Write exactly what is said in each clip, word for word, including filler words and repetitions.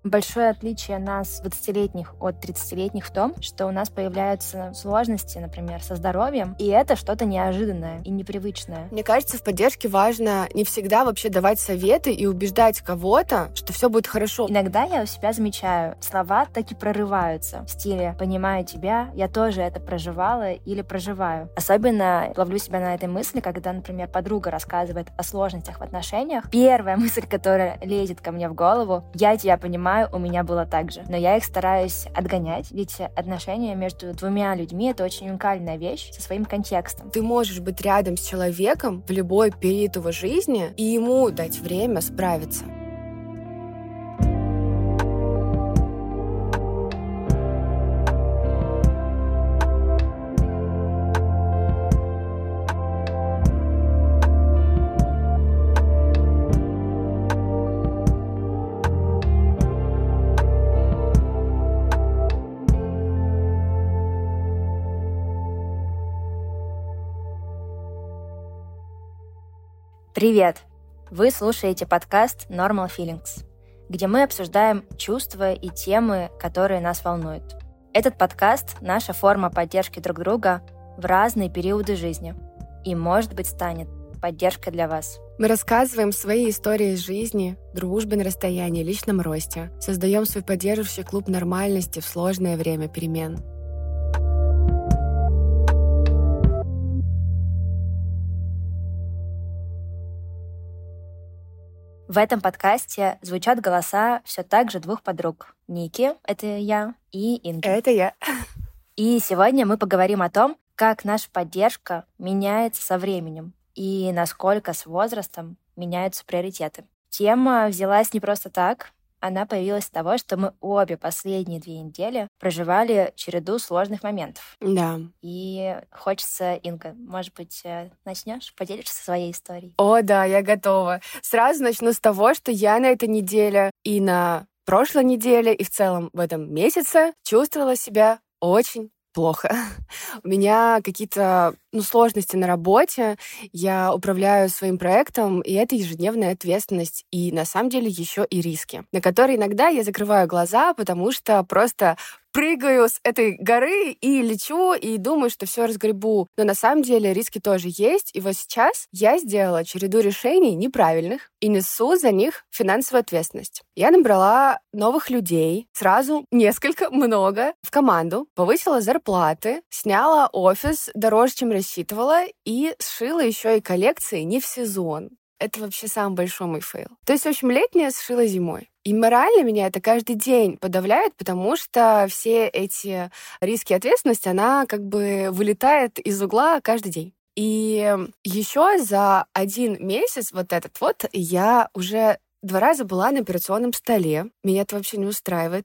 Большое отличие нас, двадцатилетних, от тридцатилетних в том, что у нас появляются сложности, например, со здоровьем, и это что-то неожиданное и непривычное. Мне кажется, в поддержке важно не всегда вообще давать советы и убеждать кого-то, что все будет хорошо. Иногда я у себя замечаю, слова таки прорываются в стиле «понимаю тебя, я тоже это проживала или проживаю». Особенно ловлю себя на этой мысли, когда, например, подруга рассказывает о сложностях в отношениях. Первая мысль, которая лезет ко мне в голову: «Я тебя понимаю, у меня было так же». Но я их стараюсь отгонять, ведь отношения между двумя людьми — это очень уникальная вещь со своим контекстом. Ты можешь быть рядом с человеком в любой период его жизни и ему дать время справиться. Привет! Вы слушаете подкаст Normal Feelings, где мы обсуждаем чувства и темы, которые нас волнуют. Этот подкаст — наша форма поддержки друг друга в разные периоды жизни и, может быть, станет поддержкой для вас. Мы рассказываем свои истории из жизни, дружбы на расстоянии, личном росте, создаем свой поддерживающий клуб нормальности в сложное время перемен. В этом подкасте звучат голоса все так же двух подруг. Ники — это я, и Инги. Это я. И сегодня мы поговорим о том, как наша поддержка меняется со временем и насколько с возрастом меняются приоритеты. Тема взялась не просто так. Она появилась с того, что мы обе последние две недели проживали череду сложных моментов. Да. И хочется, Инга, может быть, начнешь, поделишься своей историей? О, да, я готова. Сразу начну с того, что я на этой неделе и на прошлой неделе, и в целом в этом месяце чувствовала себя очень плохо. У меня какие-то ну, сложности на работе, я управляю своим проектом, и это ежедневная ответственность, и на самом деле еще и риски, на которые иногда я закрываю глаза, потому что просто прыгаю с этой горы и лечу, и думаю, что все разгребу. Но на самом деле риски тоже есть, и вот сейчас я сделала череду решений неправильных и несу за них финансовую ответственность. Я набрала новых людей, сразу несколько, много, в команду, повысила зарплаты, сняла офис дороже, чем рассчитывала, и сшила еще и коллекции не в сезон. Это вообще самый большой мой фейл. То есть, в общем, летняя сшила зимой. И морально меня это каждый день подавляет, потому что все эти риски и ответственность, она как бы вылетает из угла каждый день. И еще за один месяц вот этот вот я уже два раза была на операционном столе. Меня это вообще не устраивает.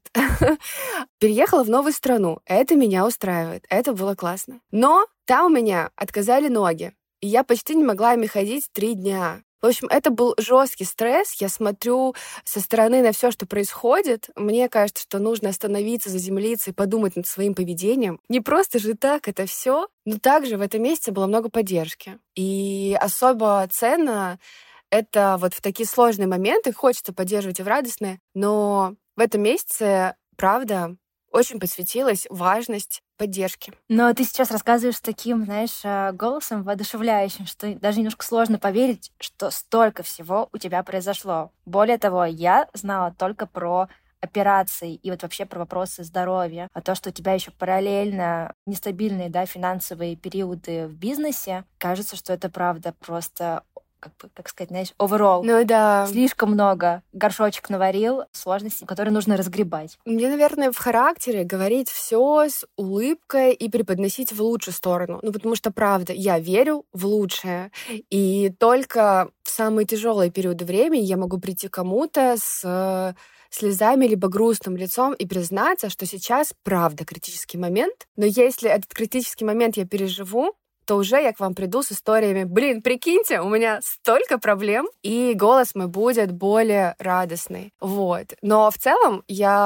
Переехала в новую страну. Это меня устраивает. Это было классно. Но там у меня отказали ноги. И я почти не могла ими ходить три дня. В общем, это был жесткий стресс. Я смотрю со стороны на все, что происходит. Мне кажется, что нужно остановиться, заземлиться и подумать над своим поведением. Не просто же так это все. Но также в этом месяце было много поддержки. И особо ценно это вот в такие сложные моменты. Хочется поддерживать и в радостные. Но в этом месяце, правда, очень подсветилась важность поддержки. Но ты сейчас рассказываешь с таким, знаешь, голосом воодушевляющим, что даже немножко сложно поверить, что столько всего у тебя произошло. Более того, я знала только про операции и вот вообще про вопросы здоровья. А то, что у тебя еще параллельно нестабильные, да, финансовые периоды в бизнесе, кажется, что это правда просто... Как, бы, как сказать, знаешь, overall. Ну да. Слишком много. Горшочек наварил, сложностей, которые нужно разгребать. Мне, наверное, в характере говорить все с улыбкой и преподносить в лучшую сторону. Ну, потому что, правда, я верю в лучшее. И только в самые тяжелые периоды времени я могу прийти к кому-то с слезами либо грустным лицом и признаться, что сейчас, правда, критический момент. Но если этот критический момент я переживу, то уже я к вам приду с историями. Блин, прикиньте, у меня столько проблем, и голос мой будет более радостный. Вот. Но в целом я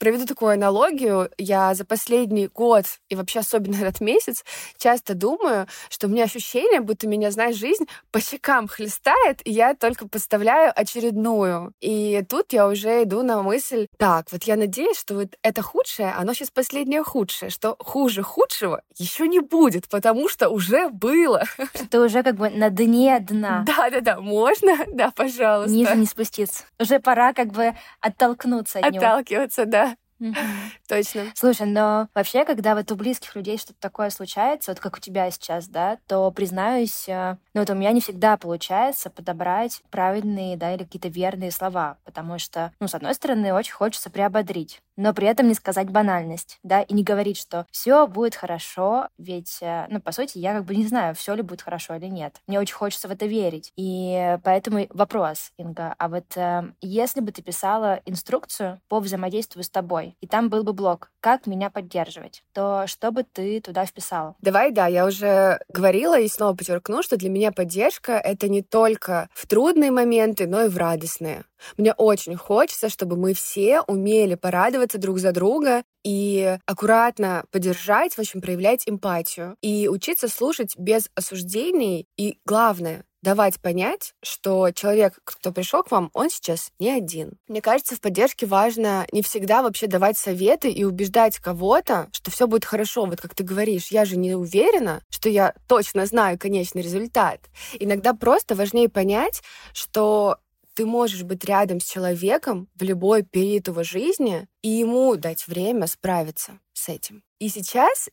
проведу такую аналогию. Я за последний год и вообще особенно этот месяц часто думаю, что у меня ощущение, будто меня, знаешь, жизнь по щекам хлестает, и я только подставляю очередную. И тут я уже иду на мысль, так, вот я надеюсь, что вот это худшее, оно сейчас последнее худшее, что хуже худшего еще не будет, потому что уже было. Что ты уже как бы на дне дна. Да-да-да, можно? Да, пожалуйста. Ниже не спуститься. Уже пора как бы оттолкнуться от него. Отталкиваться, да. Мгм. Точно. Слушай, но вообще, когда вот у близких людей что-то такое случается, вот как у тебя сейчас, да, то, признаюсь, э, ну вот у меня не всегда получается подобрать правильные, да, или какие-то верные слова, потому что, ну, с одной стороны, очень хочется приободрить, но при этом не сказать банальность, да, и не говорить, что все будет хорошо, ведь, э, ну, по сути, я как бы не знаю, все ли будет хорошо или нет. Мне очень хочется в это верить. И поэтому вопрос, Инга, а вот э, если бы ты писала инструкцию по взаимодействию с тобой, и там был бы блок «Как меня поддерживать», то что бы ты туда вписала? Давай, да, я уже говорила и снова подчеркну, что для меня поддержка — это не только в трудные моменты, но и в радостные. Мне очень хочется, чтобы мы все умели порадоваться друг за друга и аккуратно поддержать, в общем, проявлять эмпатию и учиться слушать без осуждений и, главное, давать понять, что человек, кто пришел к вам, он сейчас не один. Мне кажется, в поддержке важно не всегда вообще давать советы и убеждать кого-то, что все будет хорошо. Вот как ты говоришь, я же не уверена, что я точно знаю конечный результат. Иногда просто важнее понять, что ты можешь быть рядом с человеком в любой период его жизни и ему дать время справиться с этим. И сейчас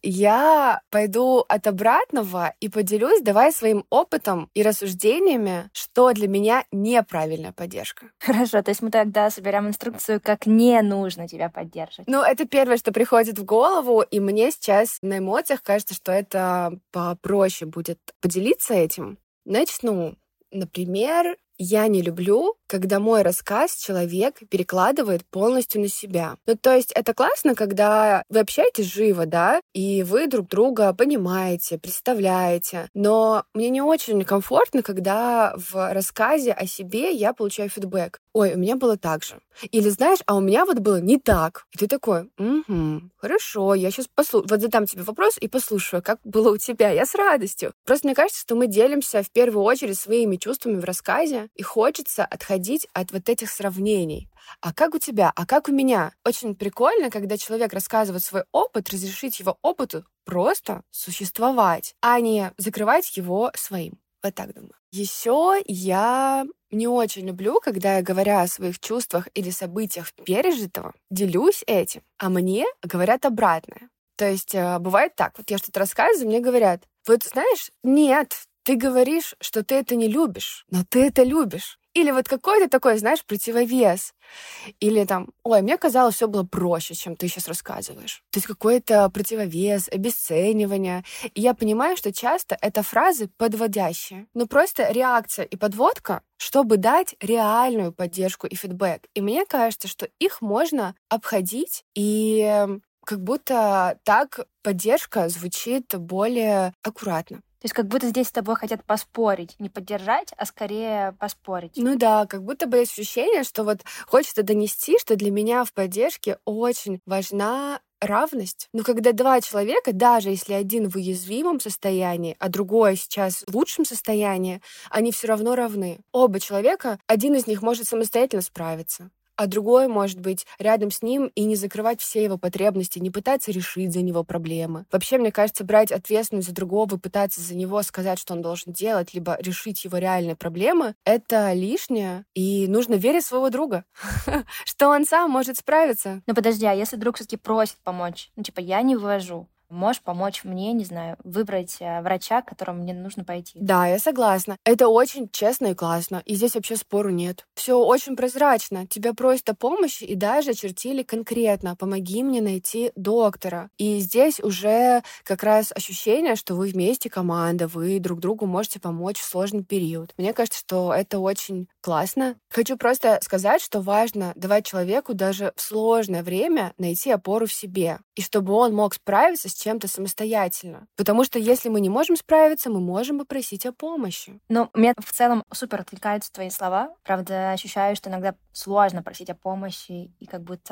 я пойду от обратного и поделюсь, давай, своим опытом и рассуждениями, что для меня неправильная поддержка. Хорошо, то есть мы тогда соберем инструкцию, как не нужно тебя поддерживать. Ну, это первое, что приходит в голову, и мне сейчас на эмоциях кажется, что это попроще будет поделиться этим. Начну. Например, я не люблю, когда мой рассказ человек перекладывает полностью на себя. Ну, то есть это классно, когда вы общаетесь живо, да, и вы друг друга понимаете, представляете. Но мне не очень комфортно, когда в рассказе о себе я получаю фидбэк. Ой, у меня было так же. Или, знаешь, а у меня вот было не так. И ты такой, угу, хорошо, я сейчас послушаю. Вот задам тебе вопрос и послушаю, как было у тебя. Я с радостью. Просто мне кажется, что мы делимся в первую очередь своими чувствами в рассказе, и хочется отходить от вот этих сравнений. А как у тебя? А как у меня? Очень прикольно, когда человек рассказывает свой опыт, разрешить его опыту просто существовать, а не закрывать его своим. Вот так думаю. Еще я не очень люблю, когда я, говоря о своих чувствах или событиях пережитого, делюсь этим, а мне говорят обратное. То есть бывает так, вот я что-то рассказываю, мне говорят, вот знаешь, нет, ты говоришь, что ты это не любишь, но ты это любишь. Или вот какой-то такой, знаешь, противовес. Или там, ой, мне казалось, все было проще, чем ты сейчас рассказываешь. То есть какой-то противовес, обесценивание. И я понимаю, что часто это фразы подводящие. Но просто реакция и подводка, чтобы дать реальную поддержку и фидбэк. И мне кажется, что их можно обходить, и как будто так поддержка звучит более аккуратно. То есть как будто здесь с тобой хотят поспорить, не поддержать, а скорее поспорить. Ну да, как будто бы есть ощущение, что вот хочется донести, что для меня в поддержке очень важна равность. Но когда два человека, даже если один в уязвимом состоянии, а другой сейчас в лучшем состоянии, они все равно равны. Оба человека, один из них может самостоятельно справиться, а другой может быть рядом с ним и не закрывать все его потребности, не пытаться решить за него проблемы. Вообще, мне кажется, брать ответственность за другого, пытаться за него сказать, что он должен делать, либо решить его реальные проблемы, это лишнее, и нужно верить в своего друга, что он сам может справиться. Ну подожди, а если друг все-таки просит помочь? Ну типа, я не вывожу. Можешь помочь мне, не знаю, выбрать врача, к которому мне нужно пойти. Да, я согласна. Это очень честно и классно. И здесь вообще спору нет. Все очень прозрачно. Тебя просят о помощи и даже очертили конкретно. Помоги мне найти доктора. И здесь уже как раз ощущение, что вы вместе команда, вы друг другу можете помочь в сложный период. Мне кажется, что это очень классно. Хочу просто сказать, что важно давать человеку даже в сложное время найти опору в себе. И чтобы он мог справиться с чем-то самостоятельно. Потому что если мы не можем справиться, мы можем попросить о помощи. Ну, мне в целом супер откликаются твои слова. Правда, ощущаю, что иногда сложно просить о помощи, и как будто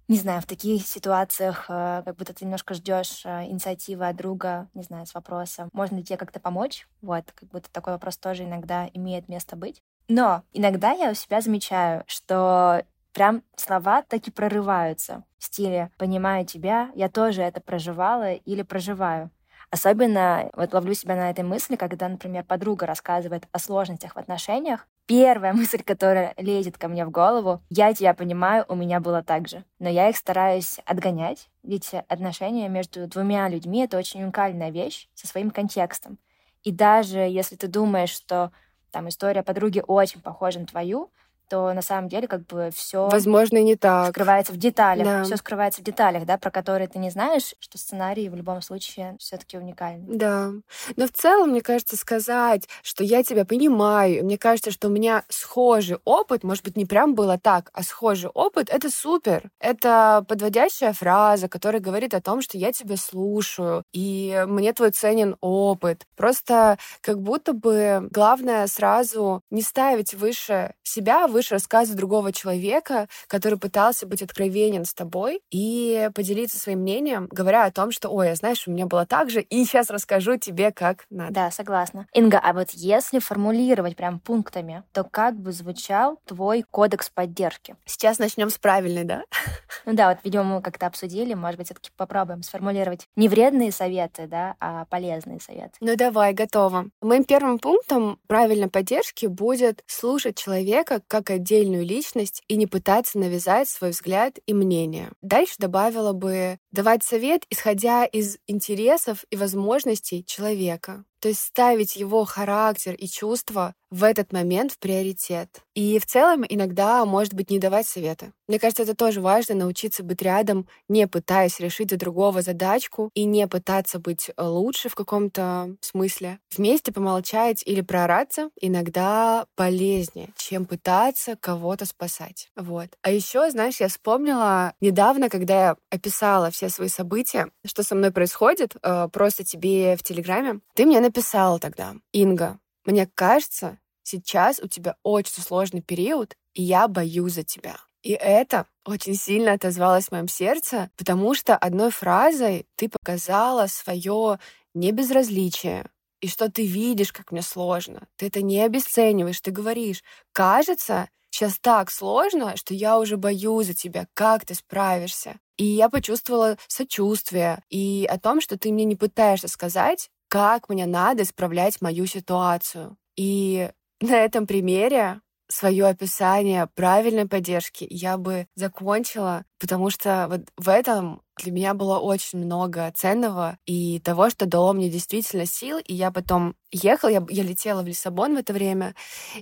не знаю, в таких ситуациях э, как будто ты немножко ждешь э, инициативы от друга, не знаю, с вопросом, можно ли тебе как-то помочь? Вот, как будто такой вопрос тоже иногда имеет место быть. Но иногда я у себя замечаю, что прям слова таки прорываются в стиле «понимаю тебя, я тоже это проживала или проживаю». Особенно вот ловлю себя на этой мысли, когда, например, подруга рассказывает о сложностях в отношениях. Первая мысль, которая лезет ко мне в голову: «Я тебя понимаю, у меня было так же». Но я их стараюсь отгонять, ведь отношения между двумя людьми — это очень уникальная вещь со своим контекстом. И даже если ты думаешь, что там история подруги очень похожа на твою, то на самом деле как бы все Возможно, и не так. скрывается в деталях. Да. Все скрывается в деталях, да, про которые ты не знаешь, что сценарий в любом случае все-таки уникальный. Да. Но в целом, мне кажется, сказать, что я тебя понимаю, мне кажется, что у меня схожий опыт, может быть, не прям было так, а схожий опыт — это супер. Это подводящая фраза, которая говорит о том, что я тебя слушаю, и мне твой ценен опыт. Просто как будто бы главное сразу не ставить выше себя, выше рассказа другого человека, который пытался быть откровенен с тобой и поделиться своим мнением, говоря о том, что, ой, а знаешь, у меня было так же, и сейчас расскажу тебе, как надо. Да, согласна. Инга, а вот если формулировать прям пунктами, то как бы звучал твой кодекс поддержки? Сейчас начнем с правильной, да? Ну да, вот, видимо, мы как-то обсудили, может быть, все-таки попробуем сформулировать не вредные советы, да, а полезные советы. Ну давай, готово. Моим первым пунктом правильной поддержки будет слушать человека как отдельную личность и не пытаться навязать свой взгляд и мнение. Дальше добавила бы давать совет, исходя из интересов и возможностей человека. То есть ставить его характер и чувства в этот момент в приоритет. И в целом иногда, может быть, не давать советы. Мне кажется, это тоже важно — научиться быть рядом, не пытаясь решить за другого задачку и не пытаться быть лучше в каком-то смысле. Вместе помолчать или проораться иногда полезнее, чем пытаться кого-то спасать. Вот. А еще, знаешь, я вспомнила недавно, когда я описала все свои события, что со мной происходит, просто тебе в Телеграме, ты мне написала тогда: «Инга, мне кажется, сейчас у тебя очень сложный период, и я боюсь за тебя». И это очень сильно отозвалось в моем сердце, потому что одной фразой ты показала свое небезразличие, и что ты видишь, как мне сложно. Ты это не обесцениваешь, ты говоришь: «Кажется, сейчас так сложно, что я уже боюсь за тебя, как ты справишься». И я почувствовала сочувствие и о том, что ты мне не пытаешься сказать, как мне надо исправлять мою ситуацию. И на этом примере свое описание правильной поддержки я бы закончила, потому что вот в этом для меня было очень много ценного и того, что дало мне действительно сил. И я потом ехала, я, я летела в Лиссабон в это время,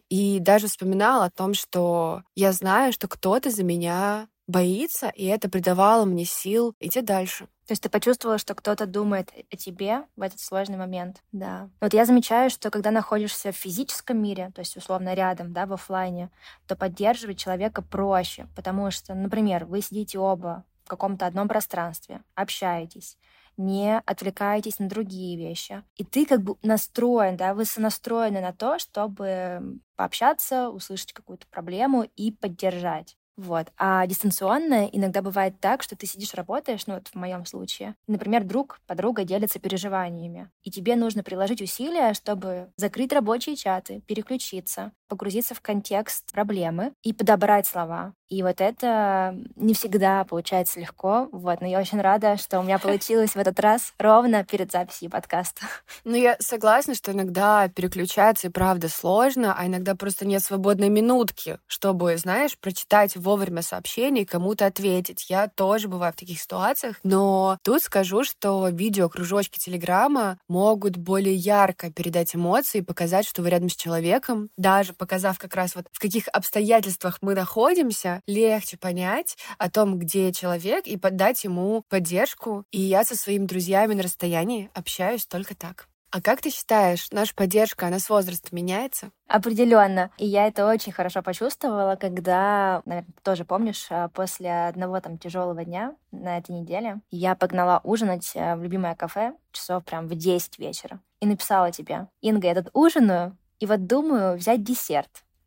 и даже вспоминала о том, что я знаю, что кто-то за меня боится, и это придавало мне сил идти дальше. То есть ты почувствовала, что кто-то думает о тебе в этот сложный момент. Да. Вот я замечаю, что когда находишься в физическом мире, то есть условно рядом, да, в офлайне, то поддерживать человека проще, потому что, например, вы сидите оба в каком-то одном пространстве, общаетесь, не отвлекаетесь на другие вещи. И ты как бы настроен, да, вы сонастроены на то, чтобы пообщаться, услышать какую-то проблему и поддержать. Вот. А дистанционно иногда бывает так, что ты сидишь, работаешь, ну вот в моем случае. И, например, друг, подруга делятся переживаниями. И тебе нужно приложить усилия, чтобы закрыть рабочие чаты, переключиться, погрузиться в контекст проблемы и подобрать слова. И вот это не всегда получается легко. Вот. Но я очень рада, что у меня получилось в этот раз ровно перед записью подкаста. Ну, я согласна, что иногда переключаться и правда сложно, а иногда просто нет свободной минутки, чтобы, знаешь, прочитать вовремя сообщение и кому-то ответить. Я тоже бываю в таких ситуациях, но тут скажу, что видео-кружочки Телеграма могут более ярко передать эмоции и показать, что вы рядом с человеком. Даже показав как раз вот в каких обстоятельствах мы находимся, легче понять о том, где человек, и подать ему поддержку. И я со своими друзьями на расстоянии общаюсь только так. А как ты считаешь, наша поддержка, она с возрастом меняется? Определенно. И я это очень хорошо почувствовала, когда, наверное, ты тоже помнишь, после одного там тяжелого дня на этой неделе я погнала ужинать в любимое кафе часов прям в десять вечера и написала тебе: «Инга, я тут ужинаю, и вот думаю взять десерт.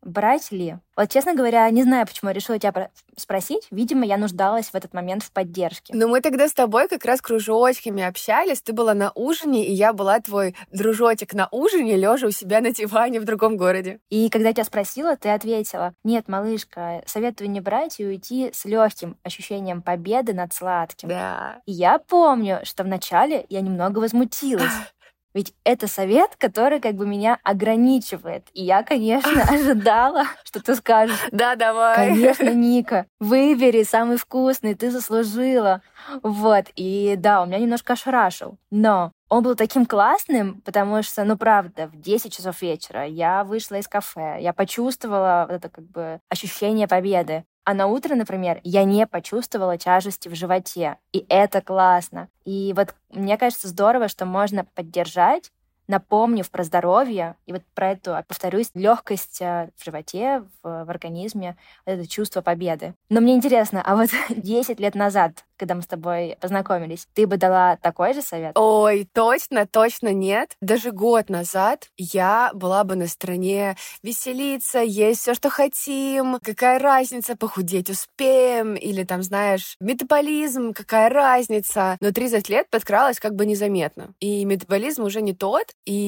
брать ли? Вот, честно говоря, не знаю, почему я решила тебя про- спросить. Видимо, я нуждалась в этот момент в поддержке. Но мы тогда с тобой как раз кружочками общались. Ты была на ужине, и я была твой дружочек на ужине, лежа у себя на диване в другом городе. И когда я тебя спросила, ты ответила: нет, малышка, советую не брать и уйти с легким ощущением победы над сладким. Да. И я помню, что вначале я немного возмутилась. Ведь это совет, который как бы меня ограничивает. И я, конечно, ожидала, что ты скажешь: да, давай. Конечно, Ника, выбери самый вкусный, ты заслужила. Вот, и да, у меня немножко ошарашил. Но он был таким классным, потому что, ну правда, в десять часов вечера я вышла из кафе, я почувствовала вот это как бы ощущение победы. А на утро, например, я не почувствовала тяжести в животе. И это классно. И вот мне кажется здорово, что можно поддержать, напомнив про здоровье, и вот про эту, повторюсь, легкость в животе, в, в организме, это чувство победы. Но мне интересно, а вот десять лет назад, когда мы с тобой познакомились, ты бы дала такой же совет? Ой, точно, точно нет. Даже год назад я была бы на стороне веселиться, есть все, что хотим, какая разница, похудеть успеем, или там, знаешь, метаболизм, какая разница. Но тридцать лет подкралась как бы незаметно. И метаболизм уже не тот,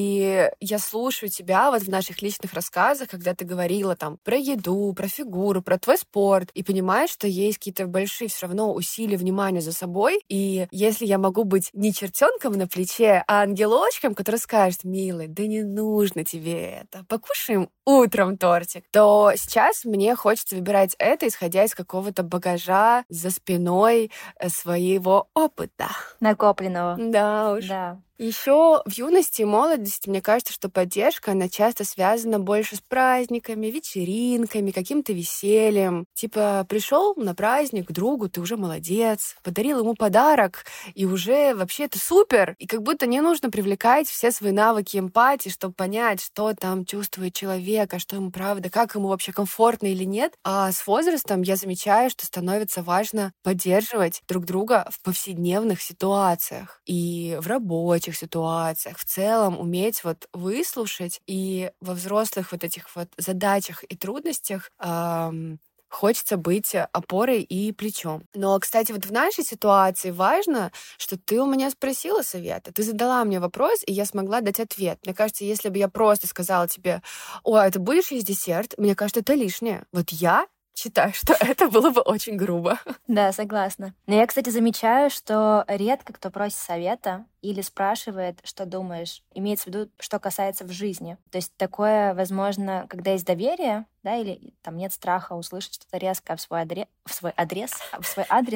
и я слушаю тебя вот в наших личных рассказах, когда ты говорила там про еду, про фигуру, про твой спорт, и понимаешь, что есть какие-то большие все равно усилия, внимания за собой. И если я могу быть не чертенком на плече, а ангелочком, который скажет: милый, да не нужно тебе это, покушаем утром тортик, то сейчас мне хочется выбирать это, исходя из какого-то багажа за спиной своего опыта. Накопленного. Да уж. Да. Еще в юности и молодости, мне кажется, что поддержка, она часто связана больше с праздниками, вечеринками, каким-то весельем. Типа, пришел на праздник к другу, ты уже молодец, подарил ему подарок, и уже вообще это супер. И как будто не нужно привлекать все свои навыки эмпатии, чтобы понять, что там чувствует человек, а что ему правда, как ему вообще комфортно или нет. А с возрастом я замечаю, что становится важно поддерживать друг друга в повседневных ситуациях и в работе, ситуациях, в целом уметь вот выслушать, и во взрослых вот этих вот задачах и трудностях эм, хочется быть опорой и плечом. Но, кстати, вот в нашей ситуации важно, что ты у меня спросила совета, ты задала мне вопрос, и я смогла дать ответ. Мне кажется, если бы я просто сказала тебе: ой, ты будешь есть десерт, мне кажется, это лишнее. Вот я считаю, что это было бы очень грубо. Да, согласна. Но я, кстати, замечаю, что редко кто просит совета или спрашивает, что думаешь. Имеется в виду, что касается в жизни. То есть такое возможно, когда есть доверие, да, или там нет страха услышать что-то резко в свой адрес, в свой адрес, в свой адрес.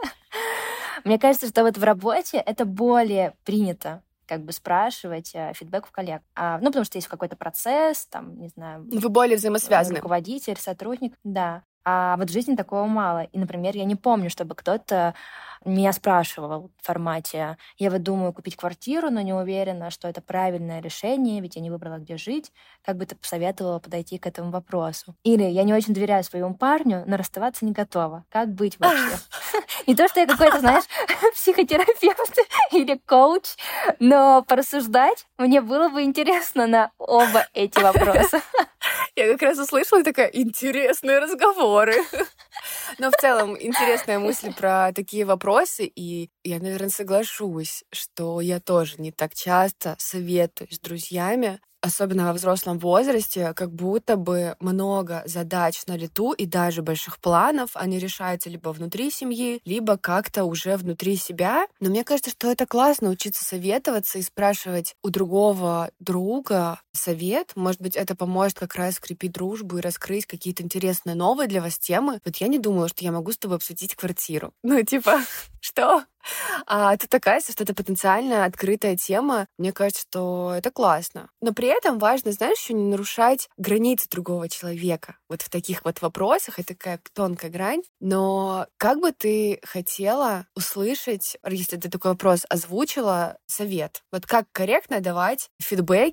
Мне кажется, что вот в работе это более принято, как бы спрашивать э, фидбэк у коллег. А, ну, потому что есть какой-то процесс, там, не знаю... Вы более взаимосвязаны. Руководитель, сотрудник, да. А вот в жизни такого мало. И, например, я не помню, чтобы кто-то меня спрашивал в формате: я вот думаю купить квартиру, но не уверена, что это правильное решение, ведь я не выбрала, где жить. Как бы ты посоветовала подойти к этому вопросу? Или: я не очень доверяю своему парню, но расставаться не готова. Как быть вообще? Не то, что я какой-то, знаешь, психотерапевт или коуч, но порассуждать мне было бы интересно на оба эти вопроса. Я как раз услышала такая: интересные разговоры. Но в целом интересная мысль про такие вопросы, и я, наверное, соглашусь, что я тоже не так часто советую с друзьями, особенно во взрослом возрасте, как будто бы много задач на лету и даже больших планов, они решаются либо внутри семьи, либо как-то уже внутри себя. Но мне кажется, что это классно — учиться советоваться и спрашивать у другого друга совет. Может быть, это поможет как раз скрепить дружбу и раскрыть какие-то интересные новые для вас темы. Вот я не думала, что я могу с тобой обсудить квартиру. Ну, типа, что? А тут оказывается, что это потенциально открытая тема. Мне кажется, что это классно. Но при этом важно, знаешь, еще не нарушать границы другого человека. Вот в таких вот вопросах это такая тонкая грань. Но как бы ты хотела услышать, если ты такой вопрос озвучила, совет? Вот как корректно давать фидбэки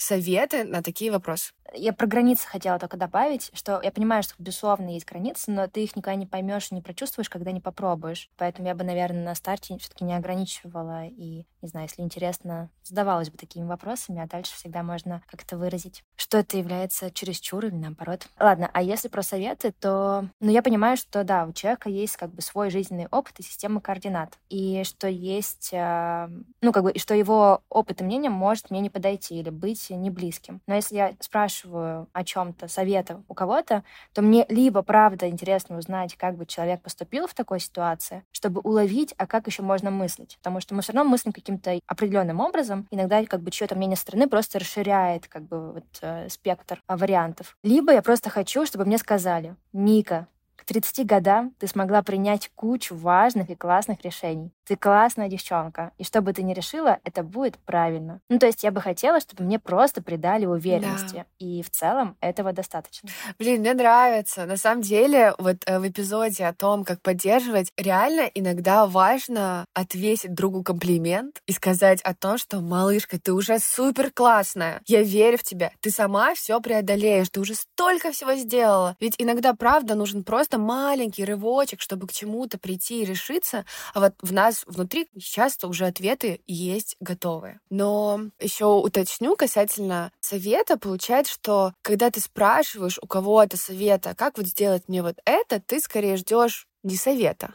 советы на такие вопросы? Я про границы хотела только добавить, что я понимаю, что, безусловно, есть границы, но ты их никогда не поймешь и не прочувствуешь, когда не попробуешь. Поэтому я бы, наверное, на старте все-таки не ограничивала и, не знаю, если интересно, задавалась бы такими вопросами, а дальше всегда можно как-то выразить, что это является чересчур или наоборот. Ладно, а если про советы, то ну, я понимаю, что да, у человека есть как бы свой жизненный опыт и система координат, и что есть, э, ну, как бы, и что его опыт и мнение может мне не подойти или быть не близким. Но если я спрашиваю о чем-то, совета у кого-то, то мне либо правда интересно узнать, как бы человек поступил в такой ситуации, чтобы уловить, а как еще можно мыслить. Потому что мы все равно мыслим каким-то определенным образом. Иногда как бы чье-то мнение стороны просто расширяет как бы вот, э, спектр э, вариантов. Либо я просто хочу, чтобы мне сказали: Ника, к тридцати годам ты смогла принять кучу важных и классных решений. Ты классная девчонка, и что бы ты ни решила, это будет правильно. Ну, то есть я бы хотела, чтобы мне просто придали уверенности. Да. И в целом этого достаточно. Блин, мне нравится. На самом деле, вот э, в эпизоде о том, как поддерживать, реально иногда важно отвесить другу комплимент и сказать о том, что, малышка, ты уже супер классная. Я верю в тебя. Ты сама все преодолеешь. Ты уже столько всего сделала. Ведь иногда, правда, нужен просто маленький рывочек, чтобы к чему-то прийти и решиться. А вот в нас внутри часто уже ответы есть готовые. Но еще уточню касательно совета. Получается, что когда ты спрашиваешь у кого-то совета, как вот сделать мне вот это, ты скорее ждешь не совета,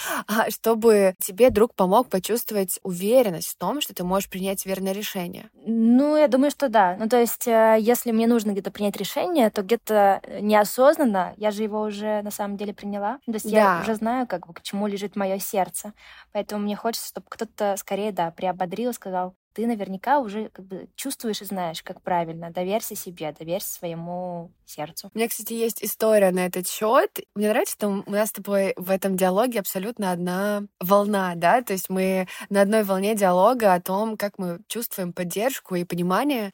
а чтобы тебе друг помог почувствовать уверенность в том, что ты можешь принять верное решение. Ну, я думаю, что да. Ну, то есть, э, если мне нужно где-то принять решение, то где-то неосознанно я же его уже на самом деле приняла. То есть я Да. уже знаю, как бы, к чему лежит мое сердце. Поэтому мне хочется, чтобы кто-то скорее, да, приободрил, сказал: ты наверняка уже как бы чувствуешь и знаешь, как правильно. Доверься себе, доверься своему сердцу. У меня, кстати, есть история на этот счет. Мне нравится, что у нас с тобой в этом диалоге абсолютно одна волна, да, то есть мы на одной волне диалога о том, как мы чувствуем поддержку и понимание.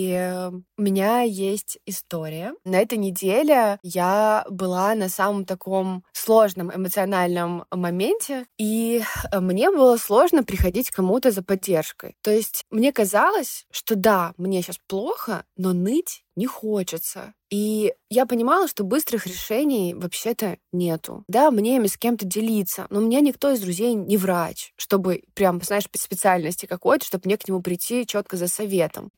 И у меня есть история. На этой неделе я была на самом таком сложном эмоциональном моменте, и мне было сложно приходить к кому-то за поддержкой. То есть мне казалось, что да, мне сейчас плохо, но ныть не хочется. И я понимала, что быстрых решений вообще-то нету. Да, мне ими с кем-то делиться, но у меня никто из друзей не врач, чтобы прям, знаешь, по специальности какой-то, чтобы мне к нему прийти четко за советом.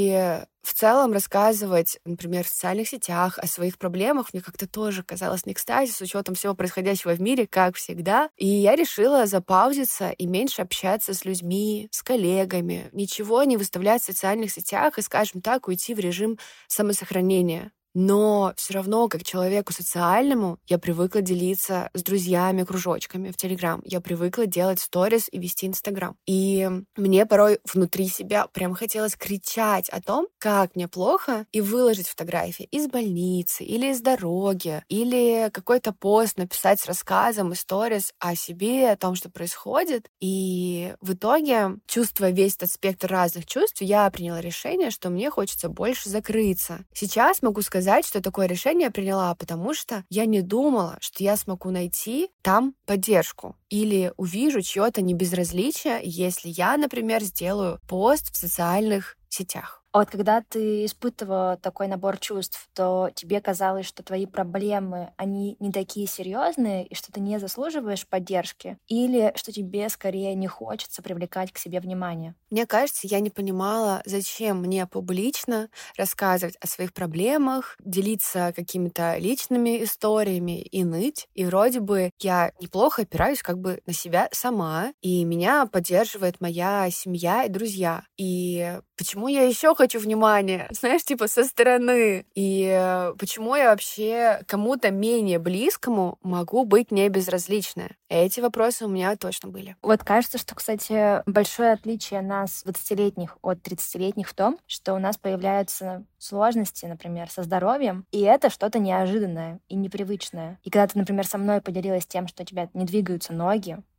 И в целом рассказывать, например, в социальных сетях о своих проблемах мне как-то тоже казалось не кстати, с учетом всего происходящего в мире, как всегда. И я решила запаузиться и меньше общаться с людьми, с коллегами, ничего не выставлять в социальных сетях и, скажем так, уйти в режим самосохранения. Но все равно, как человеку социальному, я привыкла делиться с друзьями, кружочками в Телеграм. Я привыкла делать сторис и вести Инстаграм. И мне порой внутри себя прям хотелось кричать о том, как мне плохо, и выложить фотографии из больницы или из дороги, или какой-то пост написать с рассказом и сторис о себе, о том, что происходит. И в итоге, чувствуя весь этот спектр разных чувств, я приняла решение, что мне хочется больше закрыться. Сейчас могу сказать, сказать, что такое решение я приняла, потому что я не думала, что я смогу найти там поддержку или увижу чьё-то небезразличие, если я, например, сделаю пост в социальных сетях. А вот когда ты испытывала такой набор чувств, то тебе казалось, что твои проблемы, они не такие серьезные, и что ты не заслуживаешь поддержки? Или что тебе скорее не хочется привлекать к себе внимание? Мне кажется, я не понимала, зачем мне публично рассказывать о своих проблемах, делиться какими-то личными историями и ныть. И вроде бы я неплохо опираюсь как бы на себя сама, и меня поддерживает моя семья и друзья. И почему я еще хочу внимания, знаешь, типа со стороны? И почему я вообще кому-то менее близкому могу быть не безразличная? Эти вопросы у меня точно были. Вот кажется, что, кстати, большое отличие нас, двадцатилетних, от тридцатилетних в том, что у нас появляются сложности, например, со здоровьем, и это что-то неожиданное и непривычное. И когда ты, например, со мной поделилась тем, что у тебя не двигаются ноги,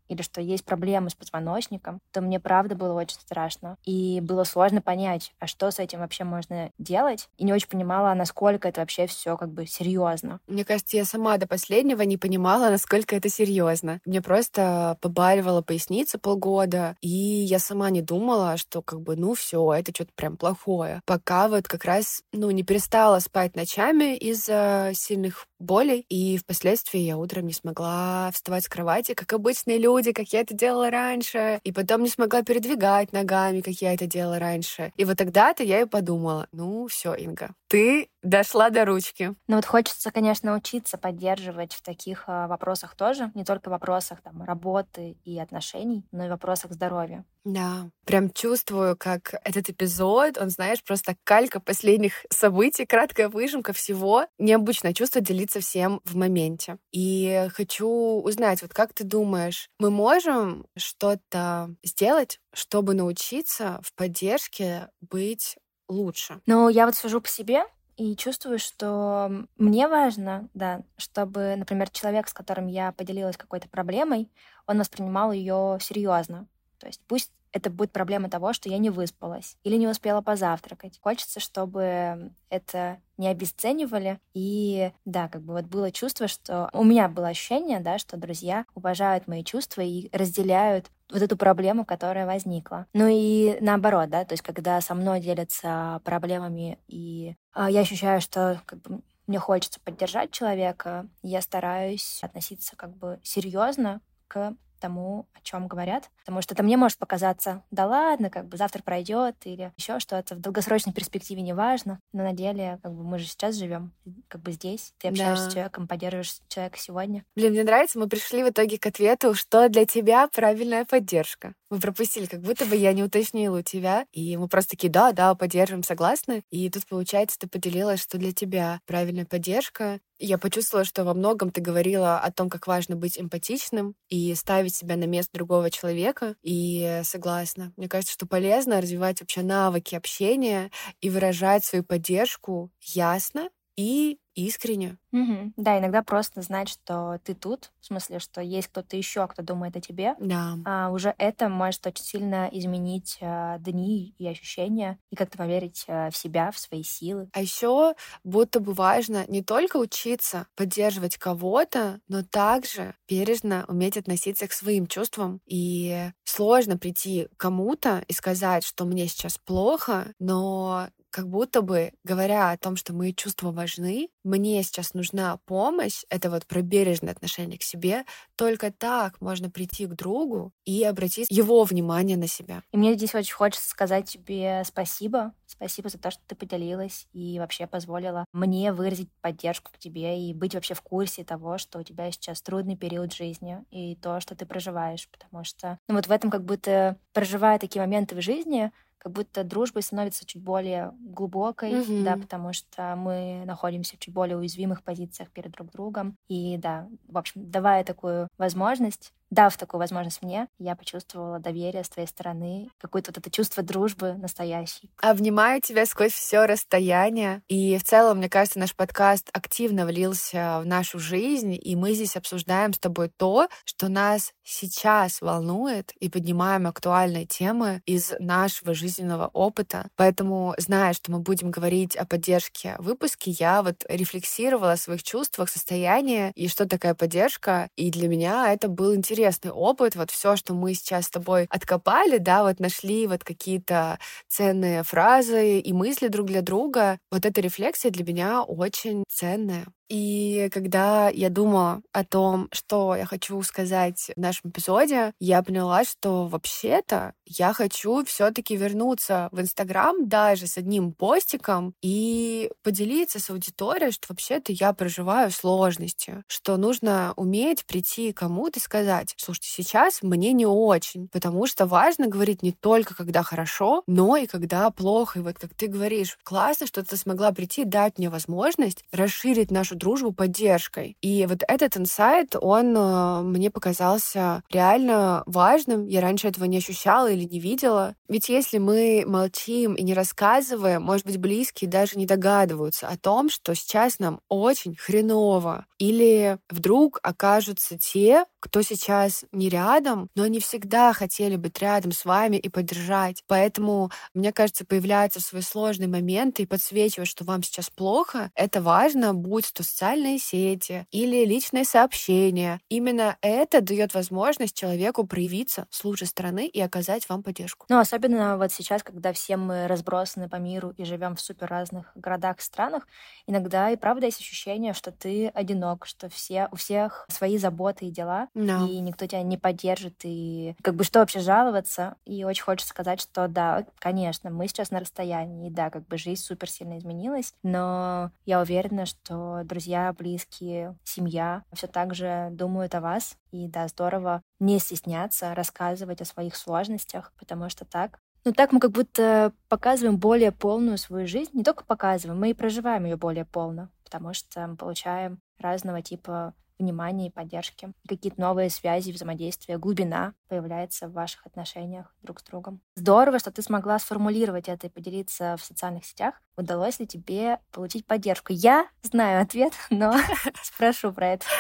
или что есть проблемы с позвоночником, то мне правда было очень страшно. И было сложно понять, а что с этим вообще можно делать. И не очень понимала, насколько это вообще все как бы серьезно. Мне кажется, я сама до последнего не понимала, насколько это серьезно. Мне просто побаливала поясница полгода, и я сама не думала, что как бы, ну все, это что-то прям плохое. Пока вот как раз, ну, не перестала спать ночами из-за сильных болей, и впоследствии я утром не смогла вставать с кровати, как обычные люди, как я это делала раньше, и потом не смогла передвигать ногами, как я это делала раньше. И вот тогда-то я и подумала, ну все, Инга, ты дошла до ручки. Ну вот хочется, конечно, учиться поддерживать в таких а, вопросах тоже, не только в вопросах там, работы и отношений, но и в вопросах здоровья. Да, прям чувствую, как этот эпизод, он, знаешь, просто калька последних событий, краткая выжимка всего. Необычное чувство делиться всем в моменте. И хочу узнать, вот как ты думаешь, мы можем что-то сделать, чтобы научиться в поддержке быть лучше? Ну, я вот сужу по себе, и чувствую, что мне важно, да, чтобы, например, человек, с которым я поделилась какой-то проблемой, он воспринимал ее серьезно. То есть пусть это будет проблема того, что я не выспалась или не успела позавтракать. Хочется, чтобы это не обесценивали. И да, как бы вот было чувство, что... У меня было ощущение, да, что друзья уважают мои чувства и разделяют вот эту проблему, которая возникла. Ну и наоборот, да, то есть когда со мной делятся проблемами, и а, я ощущаю, что как бы мне хочется поддержать человека, я стараюсь относиться как бы серьезно к тому, о чем говорят. Потому что это мне может показаться, да ладно, как бы завтра пройдет, или еще что-то в долгосрочной перспективе не важно. Но на деле, как бы мы же сейчас живем, как бы здесь. Ты общаешься Да. с человеком, поддерживаешь человека сегодня. Блин, мне нравится, мы пришли в итоге к ответу, что для тебя правильная поддержка. Мы пропустили, как будто бы я не уточнила у тебя, и мы просто такие, да, да, поддерживаем, согласны. И тут, получается, ты поделилась, что для тебя правильная поддержка. Я почувствовала, что во многом ты говорила о том, как важно быть эмпатичным и ставить себя на место другого человека. И согласна. Мне кажется, что полезно развивать вообще навыки общения и выражать свою поддержку ясно и искренне. Мгм. Да, иногда просто знать, что ты тут, в смысле, что есть кто-то еще, кто думает о тебе, Да. а уже это может очень сильно изменить а, дни и ощущения, и как-то поверить а, в себя, в свои силы. А еще будто бы важно не только учиться поддерживать кого-то, но также бережно уметь относиться к своим чувствам. И сложно прийти к кому-то и сказать, что мне сейчас плохо, но как будто бы, говоря о том, что мои чувства важны, мне сейчас нужна помощь, это вот про бережное отношение к себе, только так можно прийти к другу и обратить его внимание на себя. И мне здесь очень хочется сказать тебе спасибо. Спасибо за то, что ты поделилась и вообще позволила мне выразить поддержку к тебе и быть вообще в курсе того, что у тебя сейчас трудный период жизни и то, что ты проживаешь. Потому что ну, вот в этом как будто, проживая такие моменты в жизни, как будто дружба становится чуть более глубокой, Мгм. да, потому что мы находимся в чуть более уязвимых позициях перед друг другом. И да, в общем, давая такую возможность, дав такую возможность мне, я почувствовала доверие с твоей стороны, какое-то вот это чувство дружбы настоящей. Обнимаю тебя сквозь все расстояние. И в целом, мне кажется, наш подкаст активно влился в нашу жизнь, и мы здесь обсуждаем с тобой то, что нас сейчас волнует, и поднимаем актуальные темы из нашего жизненного опыта. Поэтому, зная, что мы будем говорить о поддержке в выпуске, я вот рефлексировала о своих чувствах, состоянии, и что такая поддержка. И для меня это был интересный опыт. Вот все, что мы сейчас с тобой откопали, да, вот нашли вот какие-то ценные фразы и мысли друг для друга. Вот эта рефлексия для меня очень ценная. И когда я думала о том, что я хочу сказать в нашем эпизоде, я поняла, что вообще-то я хочу все-таки вернуться в Инстаграм даже с одним постиком и поделиться с аудиторией, что вообще-то я проживаю сложности, что нужно уметь прийти к кому-то и сказать: слушайте, сейчас мне не очень, потому что важно говорить не только когда хорошо, но и когда плохо. И вот как ты говоришь, классно, что ты смогла прийти, дать мне возможность расширить нашу дружбу поддержкой. И вот этот инсайт, он э, мне показался реально важным. Я раньше этого не ощущала или не видела. Ведь если мы молчим и не рассказываем, может быть, близкие даже не догадываются о том, что сейчас нам очень хреново. Или вдруг окажутся те, кто сейчас не рядом, но они всегда хотели быть рядом с вами и поддержать. Поэтому, мне кажется, появляются в свои сложные моменты и подсвечивать, что вам сейчас плохо, это важно, будь то социальные сети или личные сообщения. Именно это дает возможность человеку проявиться с лучшей стороны и оказать вам поддержку. Ну, особенно вот сейчас, когда все мы разбросаны по миру и живем в супер разных городах, странах, иногда и правда есть ощущение, что ты одинок, что все, у всех свои заботы и дела, Да. и никто тебя не поддержит, и как бы что вообще жаловаться. И очень хочется сказать, что да, конечно, мы сейчас на расстоянии, и да, как бы жизнь супер сильно изменилась, но я уверена, что друзья, близкие, семья все так же думают о вас, и да, здорово не стесняться рассказывать о своих сложностях, потому что так Ну так мы как будто показываем более полную свою жизнь. Не только показываем, мы и проживаем ее более полно, потому что мы получаем разного типа внимания и поддержки. Какие-то новые связи, взаимодействия, глубина появляется в ваших отношениях друг с другом. Здорово, что ты смогла сформулировать это и поделиться в социальных сетях. Удалось ли тебе получить поддержку? Я знаю ответ, но спрошу про это.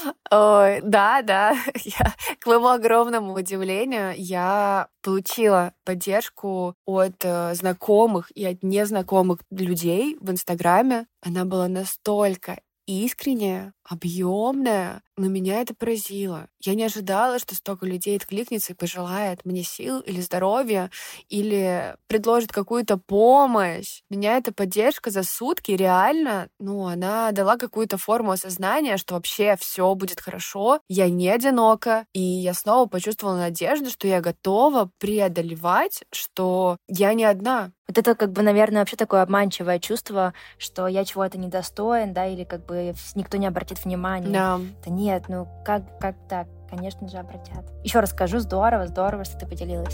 Ой, да, да. Я, к моему огромному удивлению, я получила поддержку от э, знакомых и от незнакомых людей в Инстаграме. Она была настолько искренняя, объемная, но меня это поразило. Я не ожидала, что столько людей откликнется и пожелает мне сил или здоровья, или предложит какую-то помощь. Меня эта поддержка за сутки реально, ну, она дала какую-то форму осознания, что вообще все будет хорошо, я не одинока, и я снова почувствовала надежду, что я готова преодолевать, что я не одна. Вот это, как бы, наверное, вообще такое обманчивое чувство, что я чего-то недостоин, да, или как бы никто не обратит внимания. Да. Да нет, ну как, как так? Конечно же, обратят. Еще раз скажу, здорово, здорово, что ты поделилась.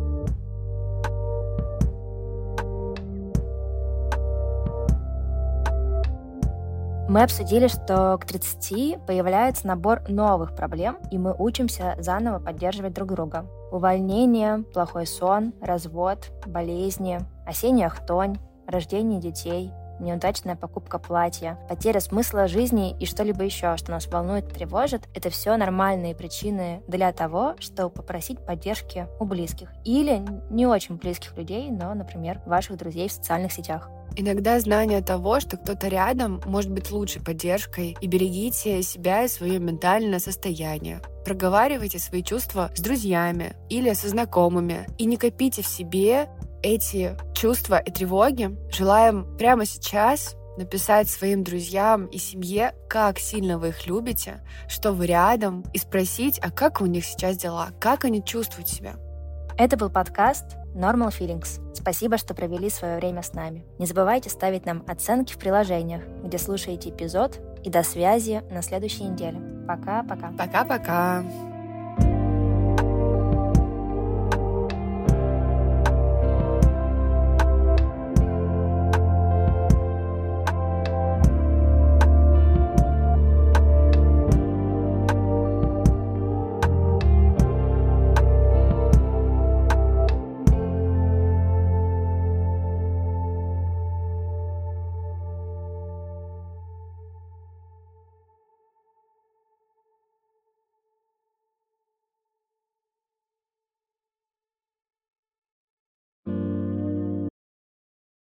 Мы обсудили, что к тридцати появляется набор новых проблем, и мы учимся заново поддерживать друг друга. Увольнение, плохой сон, развод, болезни, осенняя хтонь, рождение детей, неудачная покупка платья, потеря смысла жизни и что-либо еще, что нас волнует и тревожит, это все нормальные причины для того, чтобы попросить поддержки у близких. Или не очень близких людей, но, например, ваших друзей в социальных сетях. Иногда знание того, что кто-то рядом, может быть лучшей поддержкой, и берегите себя и свое ментальное состояние. Проговаривайте свои чувства с друзьями или со знакомыми, и не копите в себе эти чувства и тревоги. Желаем прямо сейчас написать своим друзьям и семье, как сильно вы их любите, что вы рядом, и спросить, а как у них сейчас дела, как они чувствуют себя. Это был подкаст Normal Feelings. Спасибо, что провели свое время с нами. Не забывайте ставить нам оценки в приложениях, где слушаете эпизод, и до связи на следующей неделе. Пока-пока. Пока-пока.